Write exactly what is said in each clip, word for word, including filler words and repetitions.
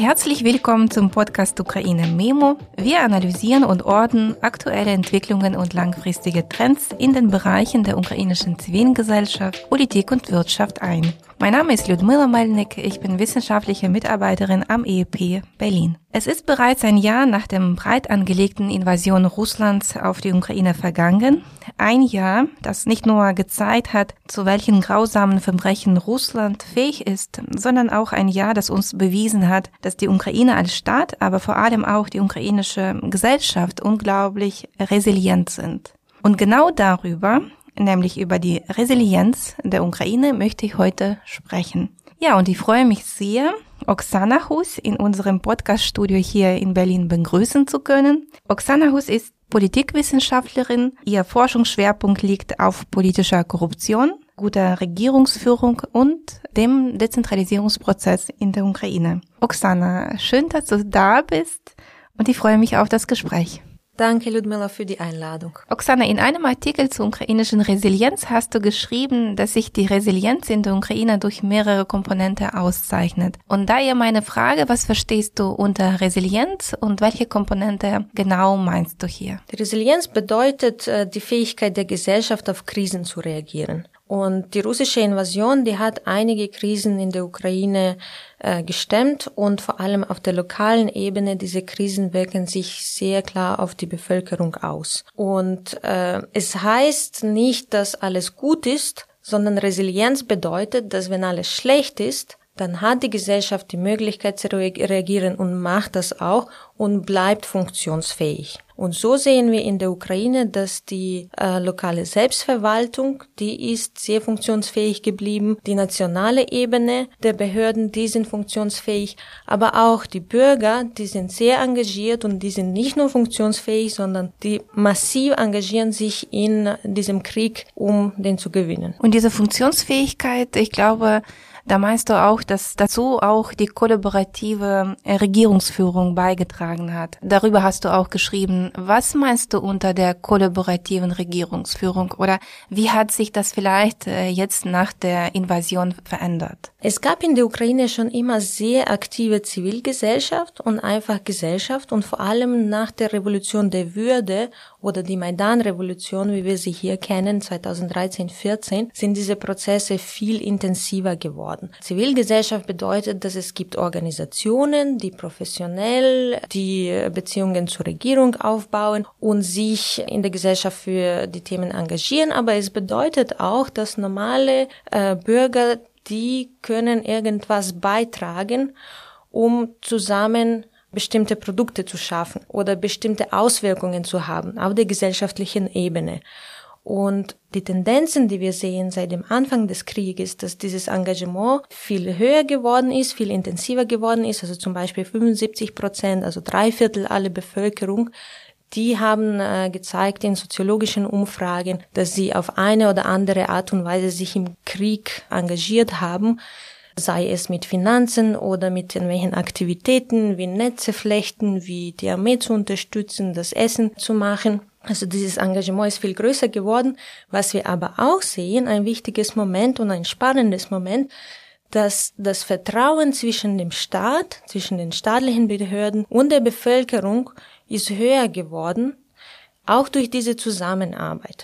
Herzlich willkommen zum Podcast Ukraine Memo. Wir analysieren und ordnen aktuelle Entwicklungen und langfristige Trends in den Bereichen der ukrainischen Zivilgesellschaft, Politik und Wirtschaft ein. Mein Name ist Lyudmila Melnik, ich bin wissenschaftliche Mitarbeiterin am E E P Berlin. Es ist bereits ein Jahr nach der breit angelegten Invasion Russlands auf die Ukraine vergangen. Ein Jahr, das nicht nur gezeigt hat, zu welchen grausamen Verbrechen Russland fähig ist, sondern auch ein Jahr, das uns bewiesen hat, dass die Ukraine als Staat, aber vor allem auch die ukrainische Gesellschaft unglaublich resilient sind. Und genau darüber, nämlich über die Resilienz der Ukraine, möchte ich heute sprechen. Ja, und ich freue mich sehr, Oksana Hus in unserem Podcast-Studio hier in Berlin begrüßen zu können. Oksana Hus ist Politikwissenschaftlerin. Ihr Forschungsschwerpunkt liegt auf politischer Korruption, guter Regierungsführung und dem Dezentralisierungsprozess in der Ukraine. Oksana, schön, dass du da bist und ich freue mich auf das Gespräch. Danke, Lyudmila, für die Einladung. Oksana, in einem Artikel zur ukrainischen Resilienz hast du geschrieben, dass sich die Resilienz in der Ukraine durch mehrere Komponenten auszeichnet. Und daher meine Frage, was verstehst du unter Resilienz und welche Komponente genau meinst du hier? Die Resilienz bedeutet die Fähigkeit der Gesellschaft, auf Krisen zu reagieren. Und die russische Invasion, die hat einige Krisen in der Ukraine äh, gestemmt und vor allem auf der lokalen Ebene, diese Krisen wirken sich sehr klar auf die Bevölkerung aus. Und äh, es heißt nicht, dass alles gut ist, sondern Resilienz bedeutet, dass wenn alles schlecht ist, dann hat die Gesellschaft die Möglichkeit zu reagieren und macht das auch und bleibt funktionsfähig. Und so sehen wir in der Ukraine, dass die äh, lokale Selbstverwaltung, die ist sehr funktionsfähig geblieben. Die nationale Ebene der Behörden, die sind funktionsfähig. Aber auch die Bürger, die sind sehr engagiert und die sind nicht nur funktionsfähig, sondern die massiv engagieren sich in diesem Krieg, um den zu gewinnen. Und diese Funktionsfähigkeit, ich glaube, da meinst du auch, dass dazu auch die kollaborative Regierungsführung beigetragen hat. Darüber hast du auch geschrieben. Was meinst du unter der kollaborativen Regierungsführung oder wie hat sich das vielleicht jetzt nach der Invasion verändert? Es gab in der Ukraine schon immer sehr aktive Zivilgesellschaft und einfach Gesellschaft und vor allem nach der Revolution der Würde oder die Maidan-Revolution, wie wir sie hier kennen, zweitausenddreizehn vierzehn, sind diese Prozesse viel intensiver geworden. Zivilgesellschaft bedeutet, dass es gibt Organisationen, die professionell die Beziehungen zur Regierung aufbauen und sich in der Gesellschaft für die Themen engagieren, aber es bedeutet auch, dass normale äh, Bürger, die können irgendwas beitragen, um zusammen bestimmte Produkte zu schaffen oder bestimmte Auswirkungen zu haben auf der gesellschaftlichen Ebene. Und die Tendenzen, die wir sehen seit dem Anfang des Krieges, dass dieses Engagement viel höher geworden ist, viel intensiver geworden ist, also zum Beispiel fünfundsiebzig Prozent, also drei Viertel aller Bevölkerung, die haben äh, gezeigt in soziologischen Umfragen, dass sie auf eine oder andere Art und Weise sich im Krieg engagiert haben, sei es mit Finanzen oder mit irgendwelchen Aktivitäten wie Netze flechten, wie die Armee zu unterstützen, das Essen zu machen. Also dieses Engagement ist viel größer geworden. Was wir aber auch sehen, ein wichtiges Moment und ein spannendes Moment, dass das Vertrauen zwischen dem Staat, zwischen den staatlichen Behörden und der Bevölkerung ist höher geworden, auch durch diese Zusammenarbeit.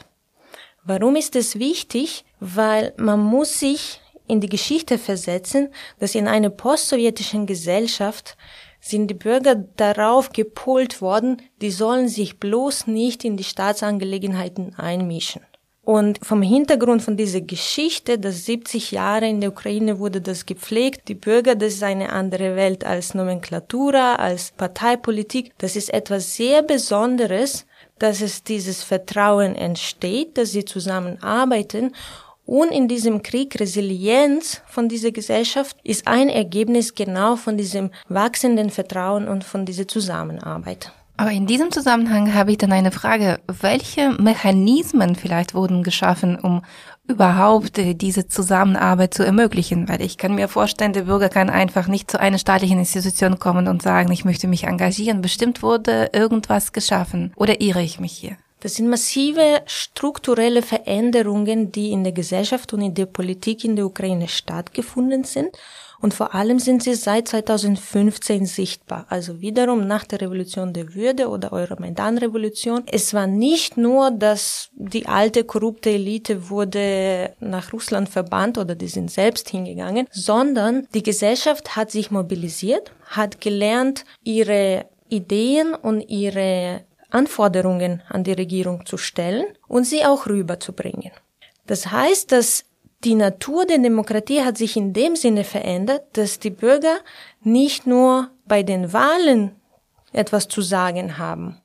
Warum ist es wichtig? Weil man muss sich in die Geschichte versetzen, dass in einer postsowjetischen Gesellschaft sind die Bürger darauf gepolt worden, die sollen sich bloß nicht in die Staatsangelegenheiten einmischen. Und vom Hintergrund von dieser Geschichte, dass siebzig Jahre in der Ukraine wurde das gepflegt, die Bürger, das ist eine andere Welt als Nomenklatura, als Parteipolitik, das ist etwas sehr Besonderes, dass es dieses Vertrauen entsteht, dass sie zusammenarbeiten. Und in diesem Krieg Resilienz von dieser Gesellschaft ist ein Ergebnis genau von diesem wachsenden Vertrauen und von dieser Zusammenarbeit. Aber in diesem Zusammenhang habe ich dann eine Frage. Welche Mechanismen vielleicht wurden geschaffen, um überhaupt diese Zusammenarbeit zu ermöglichen? Weil ich kann mir vorstellen, der Bürger kann einfach nicht zu einer staatlichen Institution kommen und sagen, ich möchte mich engagieren. Bestimmt wurde irgendwas geschaffen. Oder irre ich mich hier? Das sind massive strukturelle Veränderungen, die in der Gesellschaft und in der Politik in der Ukraine stattgefunden sind. Und vor allem sind sie seit zweitausendfünfzehn sichtbar. Also wiederum nach der Revolution der Würde oder Euromaidan-Revolution. Es war nicht nur, dass die alte korrupte Elite wurde nach Russland verbannt oder die sind selbst hingegangen, sondern die Gesellschaft hat sich mobilisiert, hat gelernt, ihre Ideen und ihre Anforderungen an die Regierung zu stellen und sie auch rüberzubringen. Das heißt, dass die Natur der Demokratie hat sich in dem Sinne verändert, dass die Bürger nicht nur bei den Wahlen etwas zu sagen haben,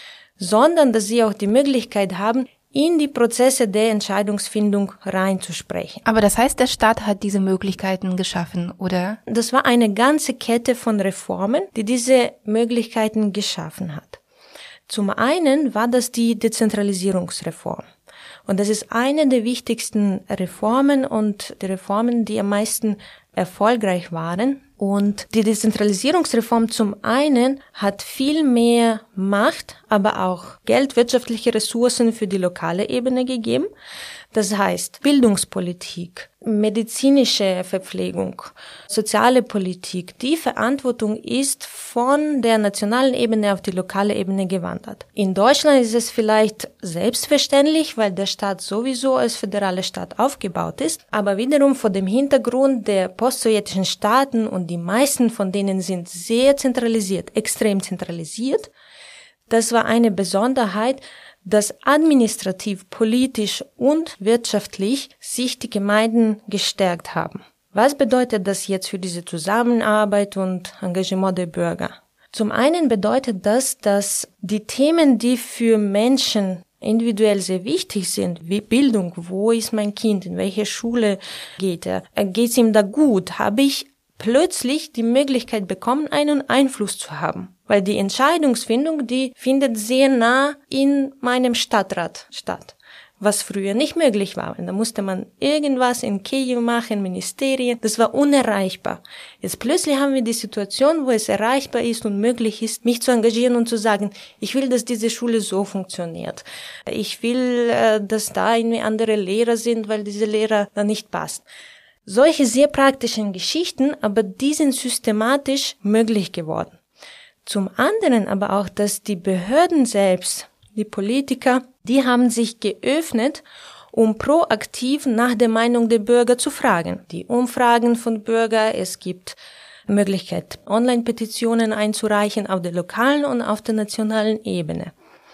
sondern dass sie auch die Möglichkeit haben, in die Prozesse der Entscheidungsfindung reinzusprechen. Aber das heißt, der Staat hat diese Möglichkeiten geschaffen, oder? Das war eine ganze Kette von Reformen, die diese Möglichkeiten geschaffen hat. Zum einen war das die Dezentralisierungsreform. Und das ist eine der wichtigsten Reformen und die Reformen, die am meisten erfolgreich waren. Und die Dezentralisierungsreform zum einen hat viel mehr Macht, aber auch Geld, wirtschaftliche Ressourcen für die lokale Ebene gegeben. Das heißt Bildungspolitik, medizinische Verpflegung, soziale Politik. Die Verantwortung ist von der nationalen Ebene auf die lokale Ebene gewandert. In Deutschland ist es vielleicht selbstverständlich, weil der Staat sowieso als föderaler Staat aufgebaut ist. Aber wiederum vor dem Hintergrund der postsowjetischen Staaten, und die meisten von denen sind sehr zentralisiert, extrem zentralisiert. Das war eine Besonderheit, dass administrativ, politisch und wirtschaftlich sich die Gemeinden gestärkt haben. Was bedeutet das jetzt für diese Zusammenarbeit und Engagement der Bürger? Zum einen bedeutet das, dass die Themen, die für Menschen individuell sehr wichtig sind, wie Bildung, wo ist mein Kind, in welche Schule geht er, geht es ihm da gut, habe ich plötzlich die Möglichkeit bekommen, einen Einfluss zu haben. Weil die Entscheidungsfindung, die findet sehr nah in meinem Stadtrat statt. Was früher nicht möglich war. Da musste man irgendwas in Kiew machen, Ministerien. Das war unerreichbar. Jetzt plötzlich haben wir die Situation, wo es erreichbar ist und möglich ist, mich zu engagieren und zu sagen, ich will, dass diese Schule so funktioniert. Ich will, dass da irgendwie andere Lehrer sind, weil diese Lehrer da nicht passt. Solche sehr praktischen Geschichten, aber die sind systematisch möglich geworden. Zum anderen aber auch, dass die Behörden selbst, die Politiker, die haben sich geöffnet, um proaktiv nach der Meinung der Bürger zu fragen. Die Umfragen von Bürgern, es gibt Möglichkeit, Online-Petitionen einzureichen auf der lokalen und auf der nationalen Ebene.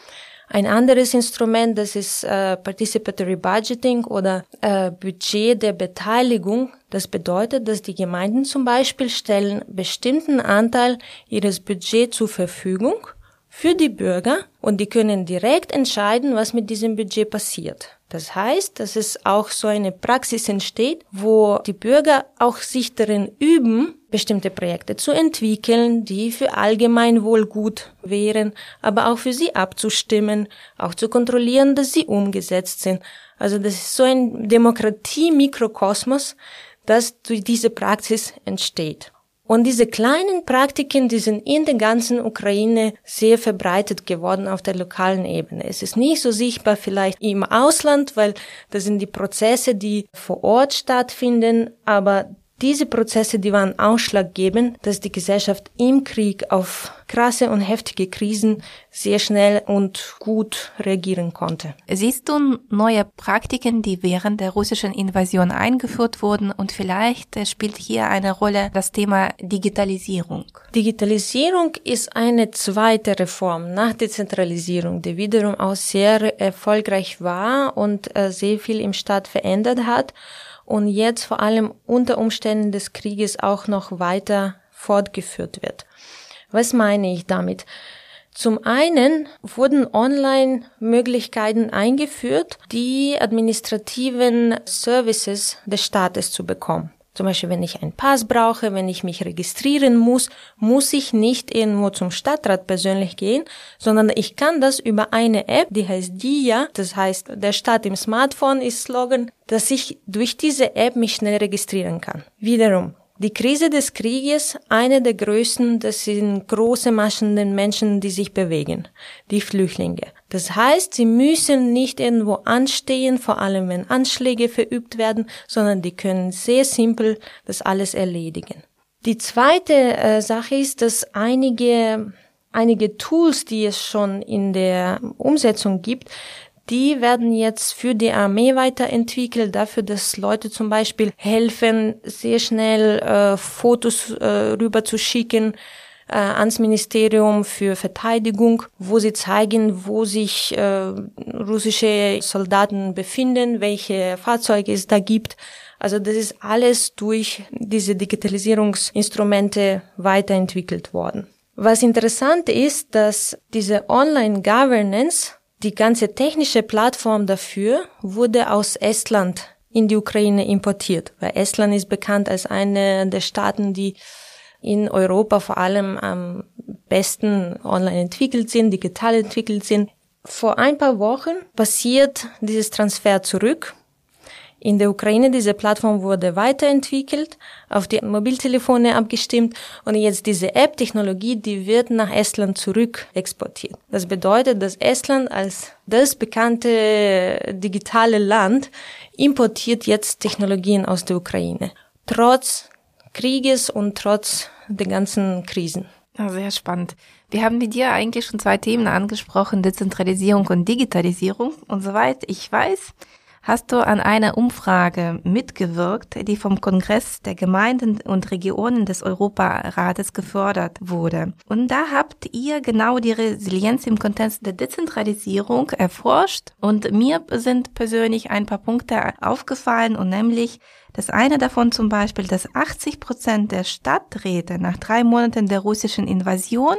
Ein anderes Instrument, das ist äh, Participatory Budgeting oder äh, Budget der Beteiligung. Das bedeutet, dass die Gemeinden zum Beispiel stellen bestimmten Anteil ihres Budgets zur Verfügung für die Bürger und die können direkt entscheiden, was mit diesem Budget passiert. Das heißt, dass es auch so eine Praxis entsteht, wo die Bürger auch sich darin üben, bestimmte Projekte zu entwickeln, die für Allgemeinwohl gut wären, aber auch für sie abzustimmen, auch zu kontrollieren, dass sie umgesetzt sind. Also das ist so ein Demokratie-Mikrokosmos, das durch diese Praxis entsteht. Und diese kleinen Praktiken, die sind in der ganzen Ukraine sehr verbreitet geworden auf der lokalen Ebene. Es ist nicht so sichtbar vielleicht im Ausland, weil das sind die Prozesse, die vor Ort stattfinden, aber diese Prozesse, die waren ausschlaggebend, dass die Gesellschaft im Krieg auf krasse und heftige Krisen sehr schnell und gut reagieren konnte. Siehst du neue Praktiken, die während der russischen Invasion eingeführt wurden, und vielleicht spielt hier eine Rolle das Thema Digitalisierung? Digitalisierung ist eine zweite Reform nach Dezentralisierung, die wiederum auch sehr erfolgreich war und sehr viel im Staat verändert hat. Und jetzt vor allem unter Umständen des Krieges auch noch weiter fortgeführt wird. Was meine ich damit? Zum einen wurden Online-Möglichkeiten eingeführt, die administrativen Services des Staates zu bekommen. Zum Beispiel, wenn ich einen Pass brauche, wenn ich mich registrieren muss, muss ich nicht irgendwo zum Stadtrat persönlich gehen, sondern ich kann das über eine App, die heißt Dia, das heißt, der Staat im Smartphone ist Slogan, dass ich durch diese App mich schnell registrieren kann. Wiederum, die Krise des Krieges, eine der größten, das sind große Massen der Menschen, die sich bewegen, die Flüchtlinge. Das heißt, sie müssen nicht irgendwo anstehen, vor allem wenn Anschläge verübt werden, sondern die können sehr simpel das alles erledigen. Die zweite äh, Sache ist, dass einige, einige Tools, die es schon in der Umsetzung gibt, die werden jetzt für die Armee weiterentwickelt, dafür, dass Leute zum Beispiel helfen, sehr schnell äh, Fotos äh, rüber zu schicken, ans Ministerium für Verteidigung, wo sie zeigen, wo sich äh, russische Soldaten befinden, welche Fahrzeuge es da gibt. Also das ist alles durch diese Digitalisierungsinstrumente weiterentwickelt worden. Was interessant ist, dass diese Online-Governance, die ganze technische Plattform dafür, wurde aus Estland in die Ukraine importiert, weil Estland ist bekannt als eine der Staaten, die in Europa vor allem am besten online entwickelt sind, digital entwickelt sind. Vor ein paar Wochen passiert dieses Transfer zurück. In der Ukraine, diese Plattform wurde weiterentwickelt, auf die Mobiltelefone abgestimmt und jetzt diese App-Technologie, die wird nach Estland zurück exportiert. Das bedeutet, dass Estland als das bekannte digitale Land importiert jetzt Technologien aus der Ukraine. Trotz Krieges und trotz der ganzen Krisen. Ja, sehr spannend. Wir haben mit dir eigentlich schon zwei Themen angesprochen, Dezentralisierung und Digitalisierung. Und soweit ich weiß, hast du an einer Umfrage mitgewirkt, die vom Kongress der Gemeinden und Regionen des Europarates gefördert wurde. Und da habt ihr genau die Resilienz im Kontext der Dezentralisierung erforscht. Und mir sind persönlich ein paar Punkte aufgefallen, und nämlich das eine davon zum Beispiel, dass achtzig Prozent der Stadträte nach drei Monaten der russischen Invasion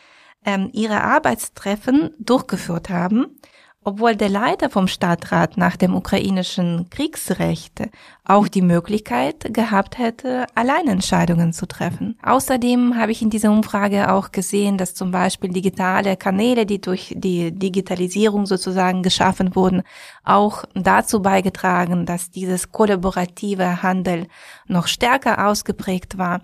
ähm, ihre Arbeitstreffen durchgeführt haben, obwohl der Leiter vom Stadtrat nach dem ukrainischen Kriegsrecht auch die Möglichkeit gehabt hätte, alleine Entscheidungen zu treffen. Außerdem habe ich in dieser Umfrage auch gesehen, dass zum Beispiel digitale Kanäle, die durch die Digitalisierung sozusagen geschaffen wurden, auch dazu beigetragen, dass dieses kollaborative Handel noch stärker ausgeprägt war.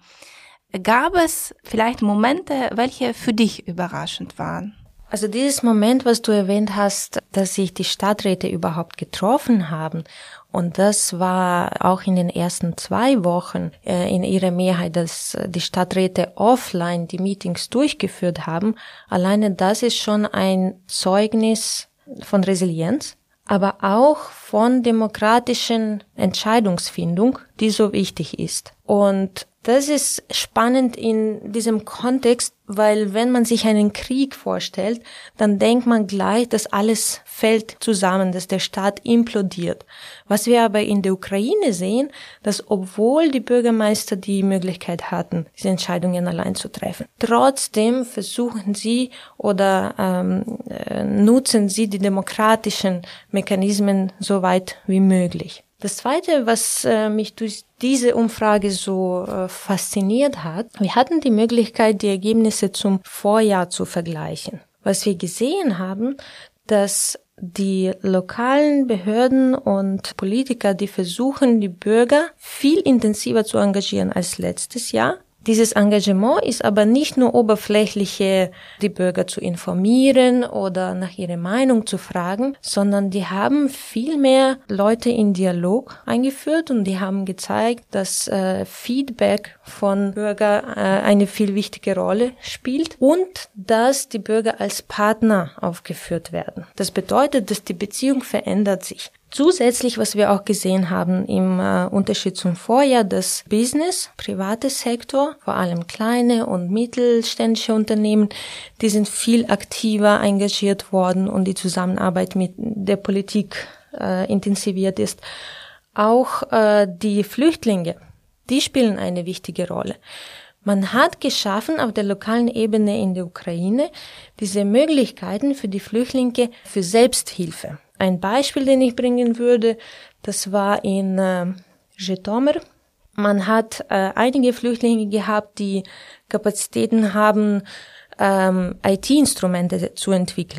Gab es vielleicht Momente, welche für dich überraschend waren? Also dieses Moment, was du erwähnt hast, dass sich die Stadträte überhaupt getroffen haben, und das war auch in den ersten zwei Wochen äh, in ihrer Mehrheit, dass die Stadträte offline die Meetings durchgeführt haben, alleine das ist schon ein Zeugnis von Resilienz, aber auch von demokratischen Entscheidungsfindung, die so wichtig ist. Und das ist spannend in diesem Kontext, weil wenn man sich einen Krieg vorstellt, dann denkt man gleich, dass alles fällt zusammen, dass der Staat implodiert. Was wir aber in der Ukraine sehen, dass obwohl die Bürgermeister die Möglichkeit hatten, diese Entscheidungen allein zu treffen, trotzdem versuchen sie oder ähm, äh, nutzen sie die demokratischen Mechanismen so weit wie möglich. Das Zweite, was äh, mich durch diese Umfrage so äh, fasziniert hat, wir hatten die Möglichkeit, die Ergebnisse zum Vorjahr zu vergleichen. Was wir gesehen haben, dass die lokalen Behörden und Politiker, die versuchen, die Bürger viel intensiver zu engagieren als letztes Jahr. Dieses Engagement ist aber nicht nur oberflächliche, die Bürger zu informieren oder nach ihrer Meinung zu fragen, sondern die haben viel mehr Leute in Dialog eingeführt und die haben gezeigt, dass äh, Feedback von Bürgern äh, eine viel wichtige Rolle spielt und dass die Bürger als Partner aufgeführt werden. Das bedeutet, dass die Beziehung verändert sich. Zusätzlich, was wir auch gesehen haben im äh, Unterschied zum Vorjahr, das Business, private Sektor, vor allem kleine und mittelständische Unternehmen, die sind viel aktiver engagiert worden und die Zusammenarbeit mit der Politik äh, intensiviert ist. Auch äh, die Flüchtlinge, die spielen eine wichtige Rolle. Man hat geschaffen auf der lokalen Ebene in der Ukraine diese Möglichkeiten für die Flüchtlinge für Selbsthilfe. Ein Beispiel, den ich bringen würde, das war in äh, Zhytomyr. Man hat äh, einige Flüchtlinge gehabt, die Kapazitäten haben, ähm, I T-Instrumente zu entwickeln.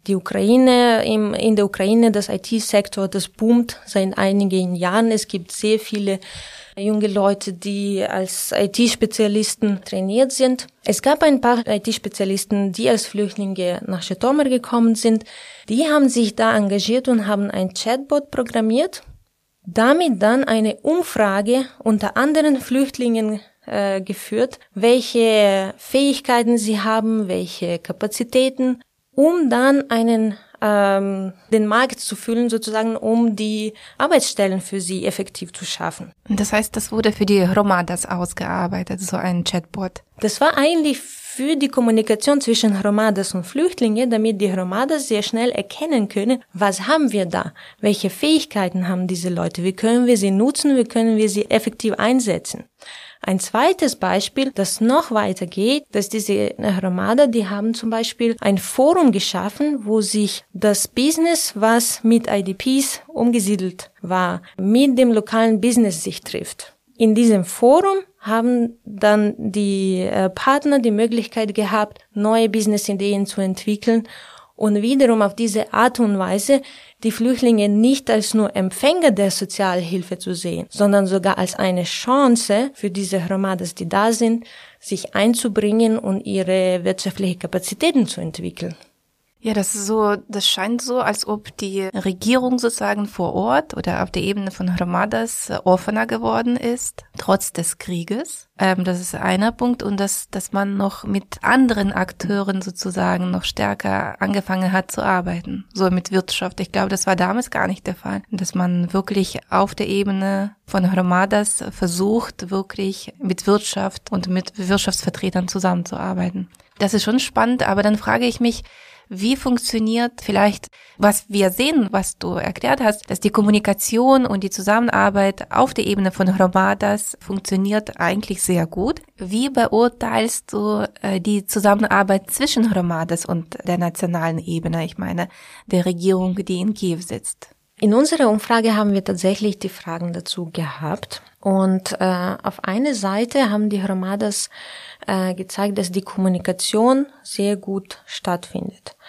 Die Ukraine, im, in der Ukraine, das I T-Sektor, das boomt seit einigen Jahren. Es gibt sehr viele junge Leute, die als I T-Spezialisten trainiert sind. Es gab ein paar I T-Spezialisten, die als Flüchtlinge nach Schtomber gekommen sind. Die haben sich da engagiert und haben ein Chatbot programmiert, damit dann eine Umfrage unter anderen Flüchtlingen äh, geführt, welche Fähigkeiten sie haben, welche Kapazitäten, um dann einen ähm, den Markt zu füllen, sozusagen, um die Arbeitsstellen für sie effektiv zu schaffen. Das heißt, das wurde für die Hromadas ausgearbeitet, so ein Chatbot. Das war eigentlich für die Kommunikation zwischen Hromadas und Flüchtlingen, damit die Hromadas sehr schnell erkennen können, was haben wir da, welche Fähigkeiten haben diese Leute, wie können wir sie nutzen, wie können wir sie effektiv einsetzen. Ein zweites Beispiel, das noch weiter geht, dass diese Hromada, die haben zum Beispiel ein Forum geschaffen, wo sich das Business, was mit I D Ps umgesiedelt war, mit dem lokalen Business sich trifft. In diesem Forum haben dann die äh, Partner die Möglichkeit gehabt, neue Businessideen zu entwickeln und wiederum auf diese Art und Weise die Flüchtlinge nicht als nur Empfänger der Sozialhilfe zu sehen, sondern sogar als eine Chance für diese Hromadas, die da sind, sich einzubringen und ihre wirtschaftliche Kapazitäten zu entwickeln. Ja, das ist so, das scheint so, als ob die Regierung sozusagen vor Ort oder auf der Ebene von Hromadas offener geworden ist, trotz des Krieges. Ähm, das ist einer Punkt, und dass, dass man noch mit anderen Akteuren sozusagen noch stärker angefangen hat zu arbeiten, so mit Wirtschaft. Ich glaube, das war damals gar nicht der Fall, dass man wirklich auf der Ebene von Hromadas versucht, wirklich mit Wirtschaft und mit Wirtschaftsvertretern zusammenzuarbeiten. Das ist schon spannend, aber dann frage ich mich, wie funktioniert vielleicht, was wir sehen, was du erklärt hast, dass die Kommunikation und die Zusammenarbeit auf der Ebene von Hromadas funktioniert eigentlich sehr gut. Wie beurteilst du äh, die Zusammenarbeit zwischen Hromadas und der nationalen Ebene, ich meine, der Regierung, die in Kiew sitzt? In unserer Umfrage haben wir tatsächlich die Fragen dazu gehabt. Und äh, auf einer Seite haben die Hromadas äh, gezeigt, dass die Kommunikation sehr gut stattfindet.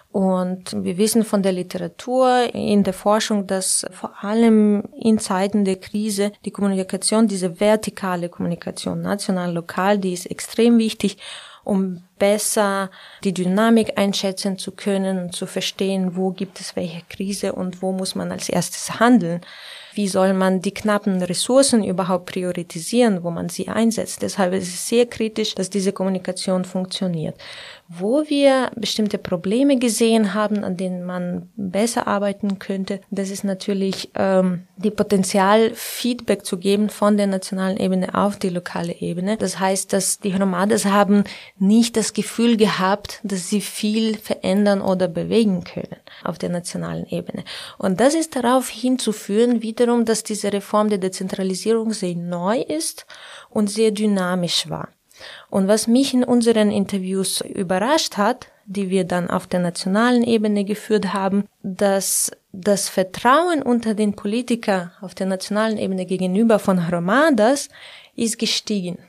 Und wir wissen von der Literatur, in der Forschung, dass vor allem in Zeiten der Krise die Kommunikation, diese vertikale Kommunikation, national, lokal, die ist extrem wichtig, um besser die Dynamik einschätzen zu können und zu verstehen, wo gibt es welche Krise und wo muss man als erstes handeln. Wie soll man die knappen Ressourcen überhaupt priorisieren, wo man sie einsetzt? Deshalb ist es sehr kritisch, dass diese Kommunikation funktioniert. Wo wir bestimmte Probleme gesehen haben, an denen man besser arbeiten könnte, das ist natürlich ähm, die Potenzial, Feedback zu geben von der nationalen Ebene auf die lokale Ebene. Das heißt, dass die Hromadas haben nicht das Gefühl gehabt, dass sie viel verändern oder bewegen können auf der nationalen Ebene. Und das ist darauf hinzuführen, wiederum, dass diese Reform der Dezentralisierung sehr neu ist und sehr dynamisch war. Und was mich in unseren Interviews überrascht hat, die wir dann auf der nationalen Ebene geführt haben, dass das Vertrauen unter den Politikern auf der nationalen Ebene gegenüber von Hromadas ist gestiegen.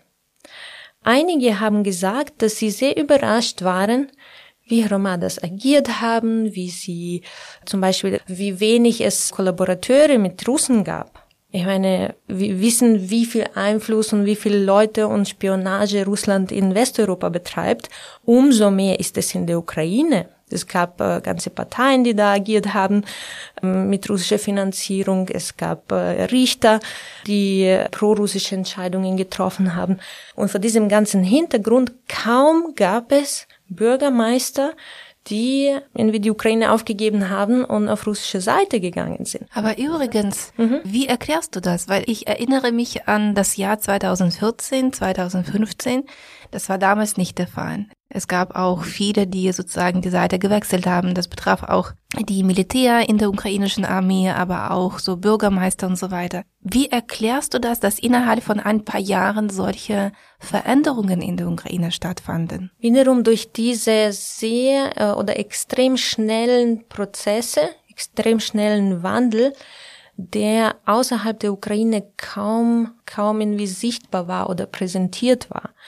Einige haben gesagt, dass sie sehr überrascht waren, wie Hromadas agiert haben, wie sie zum Beispiel, wie wenig es Kollaborateure mit Russen gab. Ich meine, wir wissen, wie viel Einfluss und wie viele Leute und Spionage Russland in Westeuropa betreibt. Umso mehr ist es in der Ukraine. Es gab äh, ganze Parteien, die da agiert haben äh, mit russischer Finanzierung. Es gab äh, Richter, die äh, pro-russische Entscheidungen getroffen haben. Und vor diesem ganzen Hintergrund kaum gab es Bürgermeister, die irgendwie die Ukraine aufgegeben haben und auf russische Seite gegangen sind. Aber übrigens, mhm. wie erklärst du das? Weil ich erinnere mich an das Jahr zweitausendvierzehn, zweitausendfünfzehn. Das war damals nicht der Fall. Es gab auch viele, die sozusagen die Seite gewechselt haben. Das betraf auch die Militär in der ukrainischen Armee, aber auch so Bürgermeister und so weiter. Wie erklärst du das, dass innerhalb von ein paar Jahren solche Veränderungen in der Ukraine stattfanden? Wiederum durch diese sehr äh, oder extrem schnellen Prozesse, extrem schnellen Wandel, der außerhalb der Ukraine kaum, kaum irgendwie sichtbar war oder präsentiert war.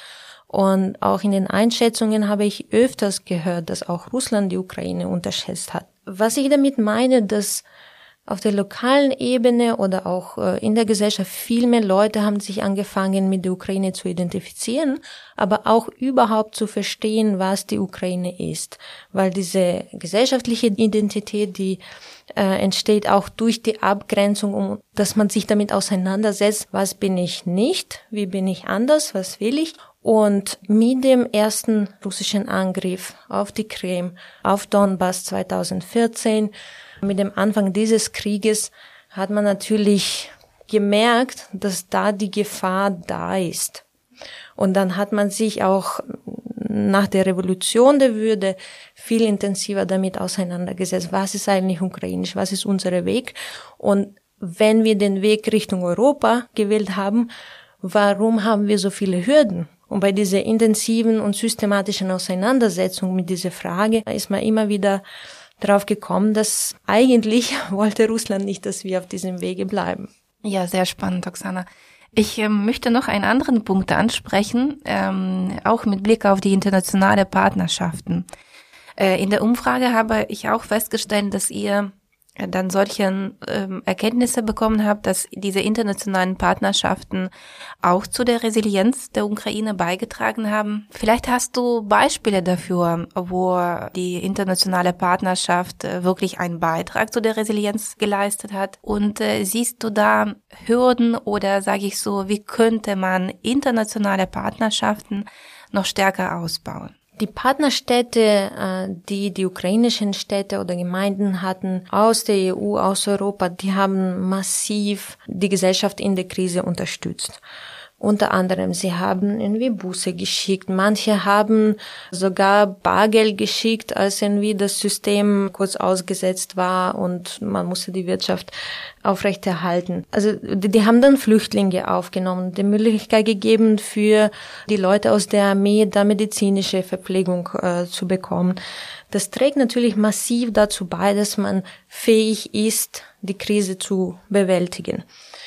Und auch in den Einschätzungen habe ich öfters gehört, dass auch Russland die Ukraine unterschätzt hat. Was ich damit meine, dass auf der lokalen Ebene oder auch in der Gesellschaft viel mehr Leute haben sich angefangen, mit der Ukraine zu identifizieren, aber auch überhaupt zu verstehen, was die Ukraine ist. Weil diese gesellschaftliche Identität, die äh, entsteht auch durch die Abgrenzung, um, dass man sich damit auseinandersetzt, was bin ich nicht, wie bin ich anders, was will ich. Und mit dem ersten russischen Angriff auf die Krim, auf Donbass zweitausendvierzehn, mit dem Anfang dieses Krieges hat man natürlich gemerkt, dass da die Gefahr da ist. Und dann hat man sich auch nach der Revolution der Würde viel intensiver damit auseinandergesetzt. Was ist eigentlich ukrainisch? Was ist unser Weg? Und wenn wir den Weg Richtung Europa gewählt haben, warum haben wir so viele Hürden? Und bei dieser intensiven und systematischen Auseinandersetzung mit dieser Frage ist man immer wieder drauf gekommen, dass eigentlich wollte Russland nicht, dass wir auf diesem Wege bleiben. Ja, sehr spannend, Oksana. Ich äh, möchte noch einen anderen Punkt ansprechen, ähm, auch mit Blick auf die internationale Partnerschaften. Äh, in der Umfrage habe ich auch festgestellt, dass ihr dann solche ähm, Erkenntnisse bekommen habt, dass diese internationalen Partnerschaften auch zu der Resilienz der Ukraine beigetragen haben. Vielleicht hast du Beispiele dafür, wo die internationale Partnerschaft äh, wirklich einen Beitrag zu der Resilienz geleistet hat. Und äh, siehst du da Hürden oder, sage ich so, wie könnte man internationale Partnerschaften noch stärker ausbauen? Die Partnerstädte, die die ukrainischen Städte oder Gemeinden hatten aus der E U, aus Europa, die haben massiv die Gesellschaft in der Krise unterstützt. Unter anderem, sie haben irgendwie Busse geschickt. Manche haben sogar Bargeld geschickt, als irgendwie das System kurz ausgesetzt war und man musste die Wirtschaft aufrechterhalten. Also die, die haben dann Flüchtlinge aufgenommen, die Möglichkeit gegeben, für die Leute aus der Armee da medizinische Verpflegung äh, zu bekommen. Das trägt natürlich massiv dazu bei, dass man fähig ist, die Krise zu bewältigen.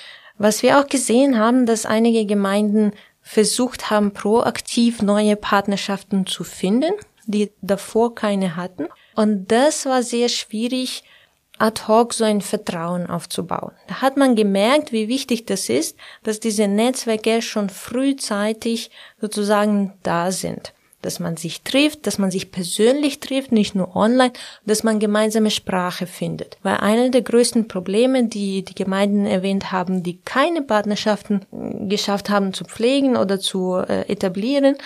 Was wir auch gesehen haben, dass einige Gemeinden versucht haben, proaktiv neue Partnerschaften zu finden, die davor keine hatten. Und das war sehr schwierig, ad hoc so ein Vertrauen aufzubauen. Da hat man gemerkt, wie wichtig das ist, dass diese Netzwerke schon frühzeitig sozusagen da sind. Dass man sich trifft, dass man sich persönlich trifft, nicht nur online, dass man gemeinsame Sprache findet. Weil einer der größten Probleme, die die Gemeinden erwähnt haben, die keine Partnerschaften geschafft haben zu pflegen oder zu äh, etablieren,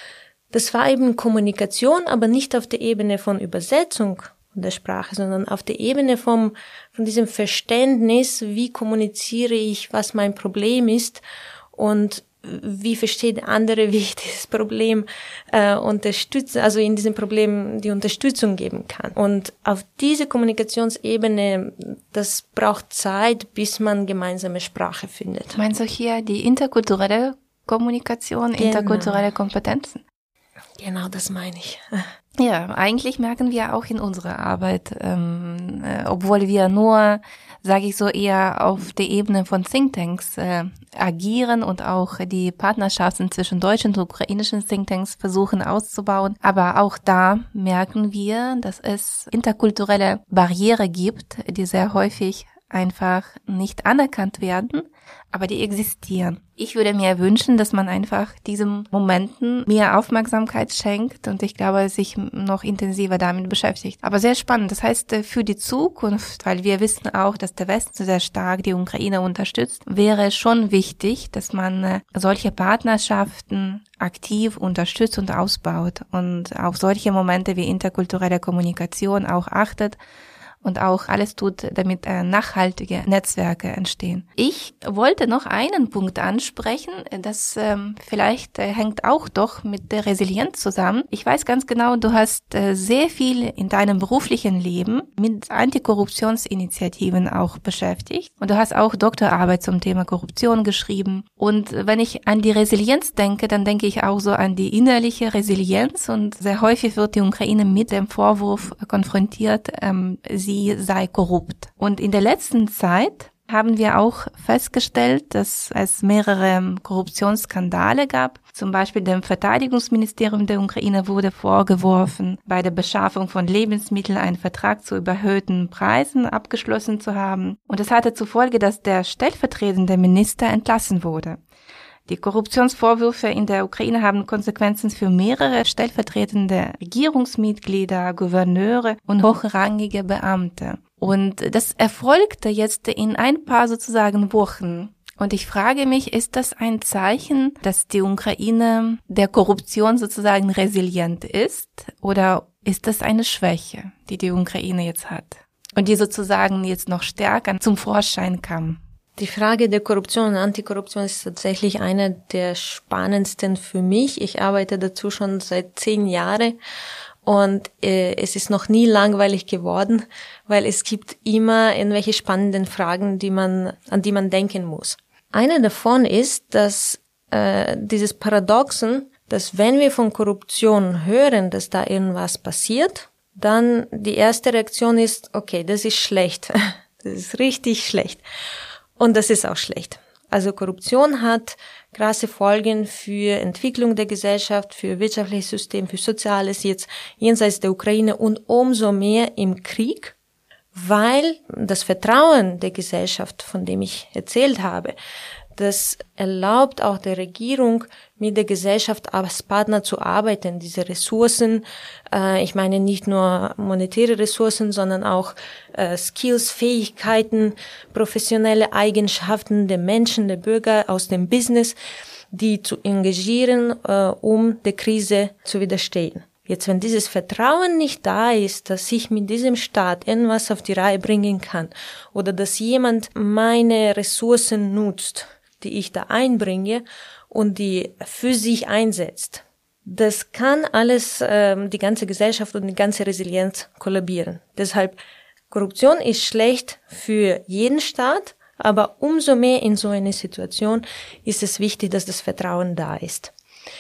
das war eben Kommunikation, aber nicht auf der Ebene von Übersetzung der Sprache, sondern auf der Ebene vom, von diesem Verständnis, wie kommuniziere ich, was mein Problem ist und wie versteht der andere, wie ich dieses Problem äh, unterstütze, also in diesem Problem die Unterstützung geben kann. Und auf diese Kommunikationsebene, das braucht Zeit, bis man gemeinsame Sprache findet. Meinst du hier die interkulturelle Kommunikation, genau. interkulturelle Kompetenzen? Genau, das meine ich. Ja, eigentlich merken wir auch in unserer Arbeit, ähm, äh, obwohl wir nur, sage ich so, eher auf der Ebene von Thinktanks äh, agieren und auch die Partnerschaften zwischen deutschen und ukrainischen Thinktanks versuchen auszubauen. Aber auch da merken wir, dass es interkulturelle Barrieren gibt, die sehr häufig einfach nicht anerkannt werden, aber die existieren. Ich würde mir wünschen, dass man einfach diesen Momenten mehr Aufmerksamkeit schenkt und ich glaube, sich noch intensiver damit beschäftigt. Aber sehr spannend. Das heißt, für die Zukunft, weil wir wissen auch, dass der Westen sehr stark die Ukraine unterstützt, wäre es schon wichtig, dass man solche Partnerschaften aktiv unterstützt und ausbaut und auf solche Momente wie interkulturelle Kommunikation auch achtet und auch alles tut, damit äh, nachhaltige Netzwerke entstehen. Ich wollte noch einen Punkt ansprechen, das ähm, vielleicht äh, hängt auch doch mit der Resilienz zusammen. Ich weiß ganz genau, du hast äh, sehr viel in deinem beruflichen Leben mit Antikorruptionsinitiativen auch beschäftigt und du hast auch Doktorarbeit zum Thema Korruption geschrieben. Und wenn ich an die Resilienz denke, dann denke ich auch so an die innerliche Resilienz und sehr häufig wird die Ukraine mit dem Vorwurf konfrontiert, ähm, sie sei korrupt. Und in der letzten Zeit haben wir auch festgestellt, dass es mehrere Korruptionsskandale gab. Zum Beispiel dem Verteidigungsministerium der Ukraine wurde vorgeworfen, bei der Beschaffung von Lebensmitteln einen Vertrag zu überhöhten Preisen abgeschlossen zu haben. Und es hatte zur Folge, dass der stellvertretende Minister entlassen wurde. Die Korruptionsvorwürfe in der Ukraine haben Konsequenzen für mehrere stellvertretende Regierungsmitglieder, Gouverneure und hochrangige Beamte. Und das erfolgte jetzt in ein paar sozusagen Wochen. Und ich frage mich, ist das ein Zeichen, dass die Ukraine der Korruption sozusagen resilient ist? Oder ist das eine Schwäche, die die Ukraine jetzt hat? Und die sozusagen jetzt noch stärker zum Vorschein kam? Die Frage der Korruption und Antikorruption ist tatsächlich eine der spannendsten für mich. Ich arbeite dazu schon seit zehn Jahren und äh, es ist noch nie langweilig geworden, weil es gibt immer irgendwelche spannenden Fragen, die man, an die man denken muss. Eine davon ist, dass äh, dieses Paradoxon, dass wenn wir von Korruption hören, dass da irgendwas passiert, dann die erste Reaktion ist, okay, das ist schlecht, das ist richtig schlecht. Und das ist auch schlecht. Also Korruption hat krasse Folgen für Entwicklung der Gesellschaft, für wirtschaftliches System, für Soziales jetzt jenseits der Ukraine und umso mehr im Krieg, weil das Vertrauen der Gesellschaft, von dem ich erzählt habe, das erlaubt auch der Regierung, mit der Gesellschaft als Partner zu arbeiten. Diese Ressourcen, äh, ich meine nicht nur monetäre Ressourcen, sondern auch äh, Skills, Fähigkeiten, professionelle Eigenschaften der Menschen, der Bürger aus dem Business, die zu engagieren, äh, um der Krise zu widerstehen. Jetzt, wenn dieses Vertrauen nicht da ist, dass ich mit diesem Staat irgendwas auf die Reihe bringen kann oder dass jemand meine Ressourcen nutzt, die ich da einbringe und die für sich einsetzt, das kann alles, ähm, die ganze Gesellschaft und die ganze Resilienz kollabieren. Deshalb, Korruption ist schlecht für jeden Staat, aber umso mehr in so einer Situation ist es wichtig, dass das Vertrauen da ist.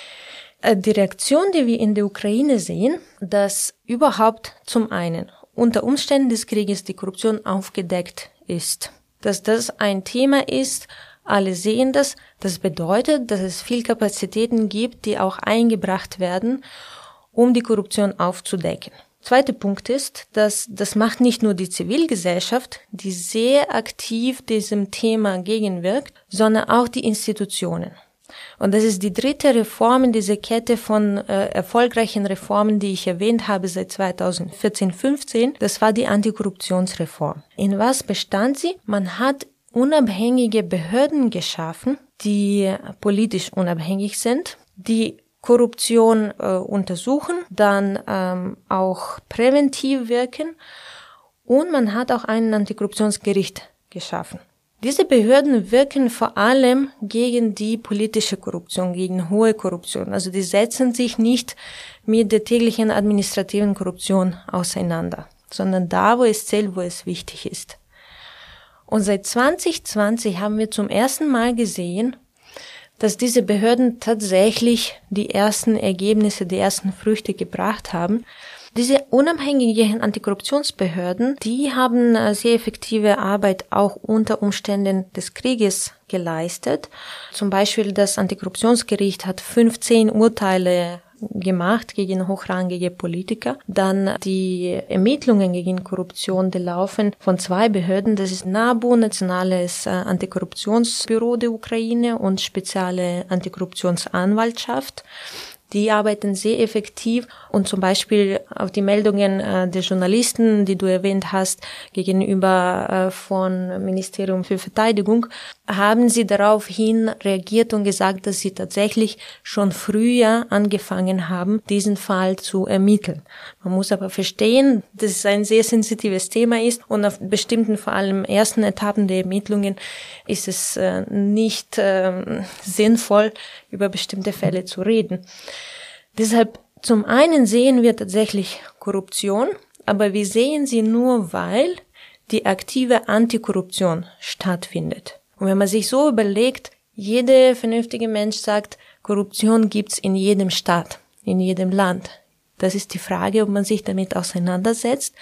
Die Reaktion, die wir in der Ukraine sehen, dass überhaupt zum einen unter Umständen des Krieges die Korruption aufgedeckt ist, dass das ein Thema ist, alle sehen das, das bedeutet, dass es viel Kapazitäten gibt, die auch eingebracht werden, um die Korruption aufzudecken. Zweiter Punkt ist, dass das macht nicht nur die Zivilgesellschaft, die sehr aktiv diesem Thema gegenwirkt, sondern auch die Institutionen. Und das ist die dritte Reform in dieser Kette von äh, erfolgreichen Reformen, die ich erwähnt habe seit zweitausendvierzehn fünfzehn. Das war die Antikorruptionsreform. In was bestand sie? Man hat unabhängige Behörden geschaffen, die politisch unabhängig sind, die Korruption äh, untersuchen, dann ähm, auch präventiv wirken und man hat auch ein Antikorruptionsgericht geschaffen. Diese Behörden wirken vor allem gegen die politische Korruption, gegen hohe Korruption. Also die setzen sich nicht mit der täglichen administrativen Korruption auseinander, sondern da, wo es zählt, wo es wichtig ist. Und seit zwanzig zwanzig haben wir zum ersten Mal gesehen, dass diese Behörden tatsächlich die ersten Ergebnisse, die ersten Früchte gebracht haben. Diese unabhängigen Antikorruptionsbehörden, die haben sehr effektive Arbeit auch unter Umständen des Krieges geleistet. Zum Beispiel das Antikorruptionsgericht hat fünfzehn Urteile gemacht gegen hochrangige Politiker. Dann die Ermittlungen gegen Korruption, die laufen von zwei Behörden. Das ist NABU, Nationales Antikorruptionsbüro der Ukraine und Spezielle Antikorruptionsanwaltschaft. Die arbeiten sehr effektiv und zum Beispiel auf die Meldungen äh, der Journalisten, die du erwähnt hast, gegenüber äh, von Ministerium für Verteidigung, haben sie daraufhin reagiert und gesagt, dass sie tatsächlich schon früher angefangen haben, diesen Fall zu ermitteln. Man muss aber verstehen, dass es ein sehr sensitives Thema ist und auf bestimmten, vor allem ersten Etappen der Ermittlungen ist es äh, nicht äh, sinnvoll, über bestimmte Fälle zu reden. Deshalb zum einen sehen wir tatsächlich Korruption, aber wir sehen sie nur, weil die aktive Antikorruption stattfindet. Und wenn man sich so überlegt, jeder vernünftige Mensch sagt, Korruption gibt's in jedem Staat, in jedem Land. Das ist die Frage, ob man sich damit auseinandersetzt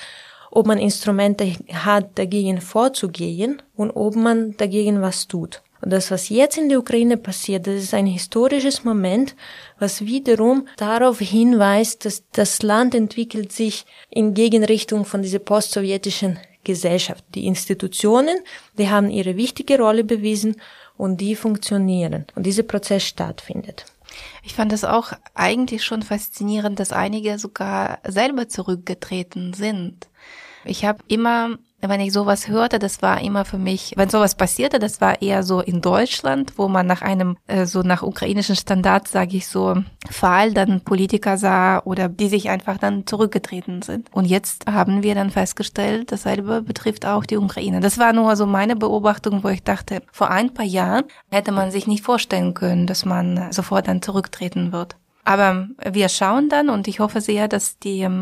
ob man Instrumente hat, dagegen vorzugehen und ob man dagegen was tut. Und das, was jetzt in der Ukraine passiert, das ist ein historisches Moment, was wiederum darauf hinweist, dass das Land entwickelt sich in Gegenrichtung von dieser postsowjetischen Gesellschaft. Die Institutionen, die haben ihre wichtige Rolle bewiesen und die funktionieren. Und dieser Prozess stattfindet. Ich fand es auch eigentlich schon faszinierend, dass einige sogar selber zurückgetreten sind. Ich habe immer, wenn ich sowas hörte, das war immer für mich, wenn sowas passierte, das war eher so in Deutschland, wo man nach einem, äh, so nach ukrainischen Standards, sage ich so, Fall dann Politiker sah oder die sich einfach dann zurückgetreten sind. Und jetzt haben wir dann festgestellt, dasselbe betrifft auch die Ukraine. Das war nur so meine Beobachtung, wo ich dachte, vor ein paar Jahren hätte man sich nicht vorstellen können, dass man sofort dann zurücktreten wird. Aber wir schauen dann und ich hoffe sehr, dass die ähm,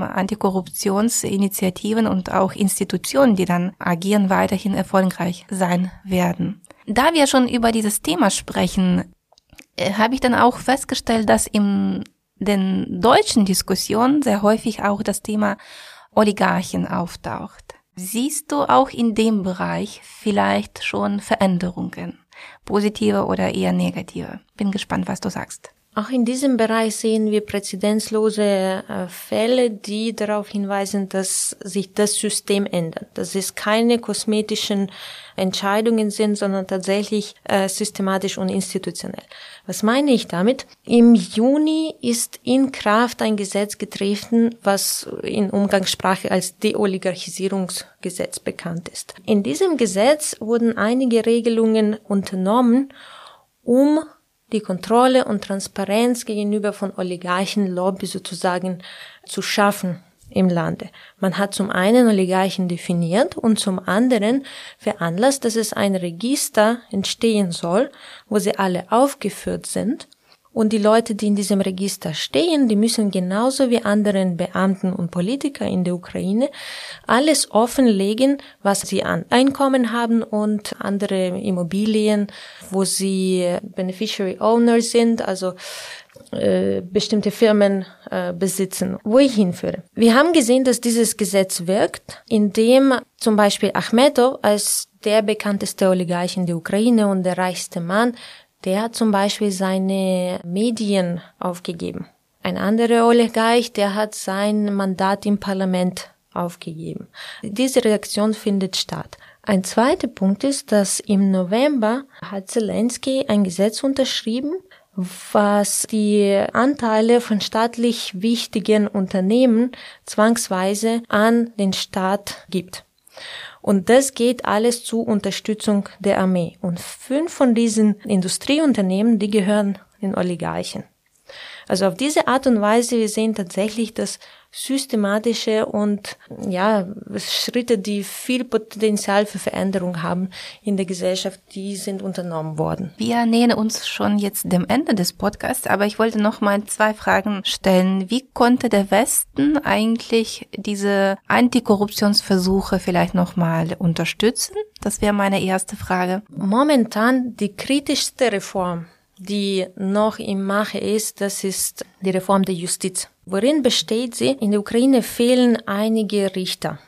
Antikorruptionsinitiativen und auch Institutionen, die dann agieren, weiterhin erfolgreich sein werden. Da wir schon über dieses Thema sprechen, äh, habe ich dann auch festgestellt, dass in den deutschen Diskussionen sehr häufig auch das Thema Oligarchen auftaucht. Siehst du auch in dem Bereich vielleicht schon Veränderungen, positive oder eher negative? Bin gespannt, was du sagst. Auch in diesem Bereich sehen wir präzedenzlose äh, Fälle, die darauf hinweisen, dass sich das System ändert. Dass es keine kosmetischen Entscheidungen sind, sondern tatsächlich äh, systematisch und institutionell. Was meine ich damit? Im Juni ist in Kraft ein Gesetz getreten, was in Umgangssprache als Deoligarchisierungsgesetz bekannt ist. In diesem Gesetz wurden einige Regelungen unternommen, um die Kontrolle und Transparenz gegenüber von Oligarchenlobby sozusagen zu schaffen im Lande. Man hat zum einen Oligarchen definiert und zum anderen veranlasst, dass es ein Register entstehen soll, wo sie alle aufgeführt sind. Und die Leute, die in diesem Register stehen, die müssen genauso wie anderen Beamten und Politiker in der Ukraine alles offenlegen, was sie an Einkommen haben und andere Immobilien, wo sie Beneficiary Owner sind, also äh, bestimmte Firmen äh, besitzen. Wo ich hinführe. Wir haben gesehen, dass dieses Gesetz wirkt, indem zum Beispiel Achmedov als der bekannteste Oligarch in der Ukraine und der reichste Mann, der hat zum Beispiel seine Medien aufgegeben. Ein anderer Oligarch, der hat sein Mandat im Parlament aufgegeben. Diese Reaktion findet statt. Ein zweiter Punkt ist, dass im November hat Zelensky ein Gesetz unterschrieben, was die Anteile von staatlich wichtigen Unternehmen zwangsweise an den Staat gibt. Und das geht alles zur Unterstützung der Armee. Und fünf von diesen Industrieunternehmen, die gehören den Oligarchen. Also auf diese Art und Weise, wir sehen tatsächlich, dass systematische und ja Schritte, die viel Potenzial für Veränderung haben in der Gesellschaft, die sind unternommen worden. Wir nähern uns schon jetzt dem Ende des Podcasts, aber ich wollte noch mal zwei Fragen stellen. Wie konnte der Westen eigentlich diese Antikorruptionsversuche vielleicht noch mal unterstützen? Das wäre meine erste Frage. Momentan die kritischste Reform, die noch im Mache ist, das ist die Reform der Justiz. Worin besteht sie? In der Ukraine fehlen einige Richter.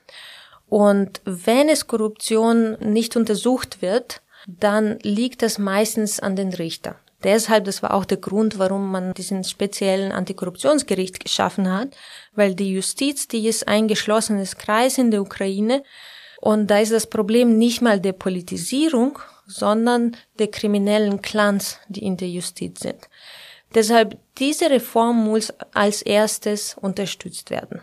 Und wenn es Korruption nicht untersucht wird, dann liegt das meistens an den Richtern. Deshalb, das war auch der Grund, warum man diesen speziellen Antikorruptionsgericht geschaffen hat, weil die Justiz, die ist ein geschlossenes Kreis in der Ukraine und da ist das Problem nicht mal der Politisierung, sondern der kriminellen Clans, die in der Justiz sind. Deshalb, diese Reform muss als erstes unterstützt werden.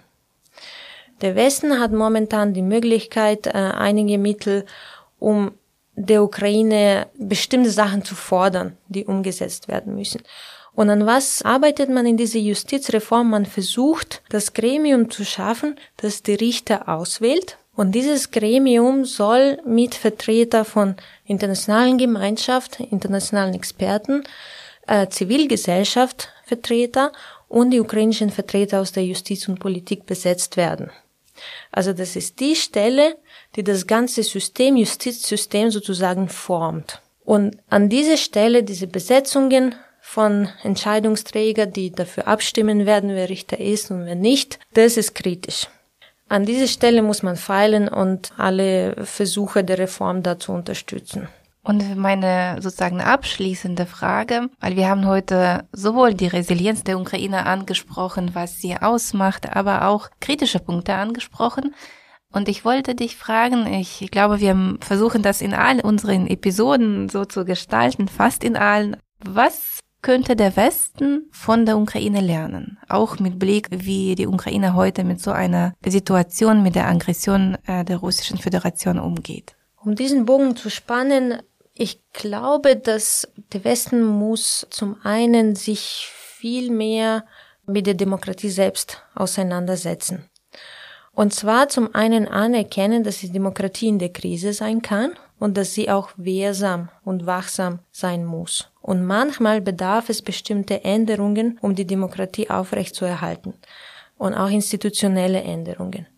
Der Westen hat momentan die Möglichkeit, äh, einige Mittel, um der Ukraine bestimmte Sachen zu fordern, die umgesetzt werden müssen. Und an was arbeitet man in dieser Justizreform? Man versucht, das Gremium zu schaffen, das die Richter auswählt. Und dieses Gremium soll mit Vertretern von internationalen Gemeinschaft, internationalen Experten, äh, Zivilgesellschaft, Vertreter und die ukrainischen Vertreter aus der Justiz und Politik besetzt werden. Also das ist die Stelle, die das ganze System, Justizsystem sozusagen formt. Und an dieser Stelle diese Besetzungen von Entscheidungsträgern, die dafür abstimmen werden, wer Richter ist und wer nicht, das ist kritisch. An dieser Stelle muss man feilen und alle Versuche der Reform dazu unterstützen. Und meine sozusagen abschließende Frage, weil wir haben heute sowohl die Resilienz der Ukraine angesprochen, was sie ausmacht, aber auch kritische Punkte angesprochen. Und ich wollte dich fragen, ich glaube, wir versuchen das in all unseren Episoden so zu gestalten, fast in allen. Was könnte der Westen von der Ukraine lernen? Auch mit Blick, wie die Ukraine heute mit so einer Situation, mit der Aggression der Russischen Föderation umgeht. Um diesen Bogen zu spannen, ich glaube, dass der Westen muss zum einen sich viel mehr mit der Demokratie selbst auseinandersetzen. Und zwar zum einen anerkennen, dass die Demokratie in der Krise sein kann und dass sie auch wehrsam und wachsam sein muss. Und manchmal bedarf es bestimmte Änderungen, um die Demokratie aufrechtzuerhalten. Und auch institutionelle Änderungen.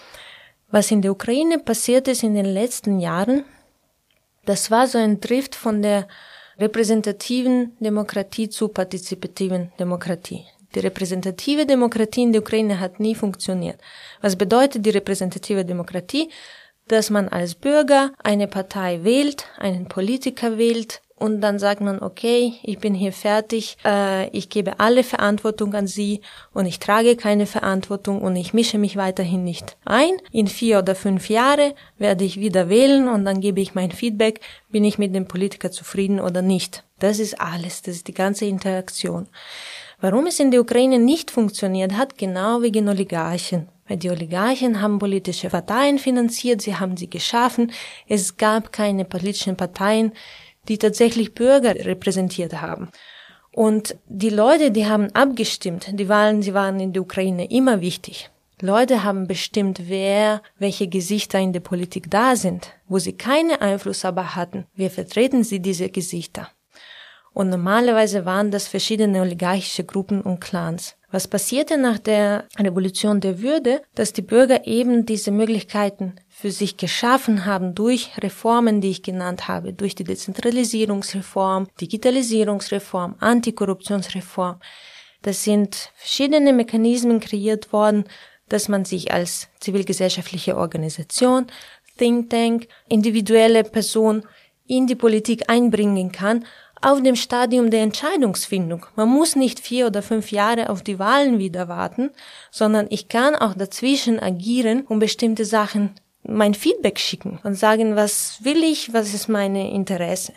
Was in der Ukraine passiert ist in den letzten Jahren, das war so ein Drift von der repräsentativen Demokratie zur partizipativen Demokratie. Die repräsentative Demokratie in der Ukraine hat nie funktioniert. Was bedeutet die repräsentative Demokratie? Dass man als Bürger eine Partei wählt, einen Politiker wählt und dann sagt man, okay, ich bin hier fertig, äh, ich gebe alle Verantwortung an Sie und ich trage keine Verantwortung und ich mische mich weiterhin nicht ein. In vier oder fünf Jahre werde ich wieder wählen und dann gebe ich mein Feedback, bin ich mit dem Politiker zufrieden oder nicht. Das ist alles, das ist die ganze Interaktion. Warum es in der Ukraine nicht funktioniert hat, genau wegen Oligarchen. Weil die Oligarchen haben politische Parteien finanziert, sie haben sie geschaffen. Es gab keine politischen Parteien, die tatsächlich Bürger repräsentiert haben. Und die Leute, die haben abgestimmt, die Wahlen, sie waren in der Ukraine immer wichtig. Leute haben bestimmt, wer, welche Gesichter in der Politik da sind, wo sie keinen Einfluss aber hatten. Wie vertreten sie diese Gesichter? Und normalerweise waren das verschiedene oligarchische Gruppen und Clans. Was passierte nach der Revolution der Würde? Dass die Bürger eben diese Möglichkeiten für sich geschaffen haben durch Reformen, die ich genannt habe, durch die Dezentralisierungsreform, Digitalisierungsreform, Antikorruptionsreform. Das sind verschiedene Mechanismen kreiert worden, dass man sich als zivilgesellschaftliche Organisation, Think Tank, individuelle Person in die Politik einbringen kann, auf dem Stadium der Entscheidungsfindung. Man muss nicht vier oder fünf Jahre auf die Wahlen wieder warten, sondern ich kann auch dazwischen agieren und bestimmte Sachen mein Feedback schicken und sagen, was will ich, was ist meine Interesse.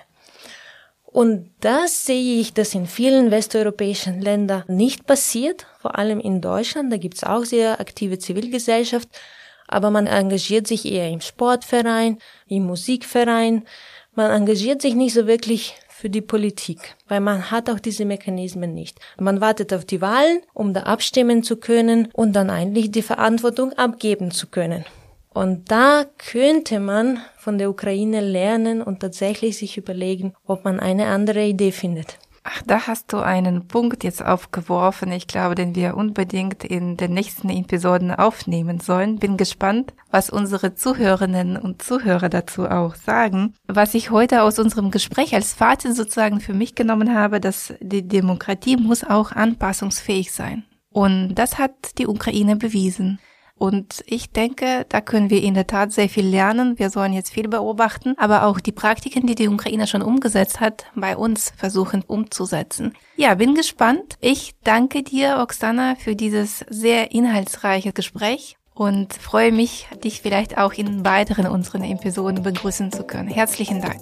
Und das sehe ich, dass in vielen westeuropäischen Ländern nicht passiert, vor allem in Deutschland, da gibt's auch sehr aktive Zivilgesellschaft, aber man engagiert sich eher im Sportverein, im Musikverein, man engagiert sich nicht so wirklich für die Politik, weil man hat auch diese Mechanismen nicht. Man wartet auf die Wahlen, um da abstimmen zu können und dann eigentlich die Verantwortung abgeben zu können. Und da könnte man von der Ukraine lernen und tatsächlich sich überlegen, ob man eine andere Idee findet. Ach, da hast du einen Punkt jetzt aufgeworfen, ich glaube, den wir unbedingt in den nächsten Episoden aufnehmen sollen. Bin gespannt, was unsere Zuhörerinnen und Zuhörer dazu auch sagen. Was ich heute aus unserem Gespräch als Fazit sozusagen für mich genommen habe, dass die Demokratie muss auch anpassungsfähig sein. Und das hat die Ukraine bewiesen. Und ich denke, da können wir in der Tat sehr viel lernen. Wir sollen jetzt viel beobachten, aber auch die Praktiken, die die Ukraine schon umgesetzt hat, bei uns versuchen umzusetzen. Ja, bin gespannt. Ich danke dir, Oksana, für dieses sehr inhaltsreiche Gespräch und freue mich, dich vielleicht auch in weiteren unseren Episoden begrüßen zu können. Herzlichen Dank.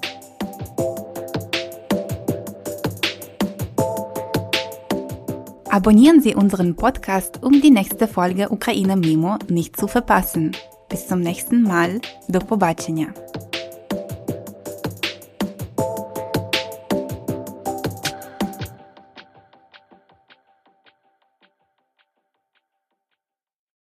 Abonnieren Sie unseren Podcast, um die nächste Folge Ukraine Mimo nicht zu verpassen. Bis zum nächsten Mal. До побачення.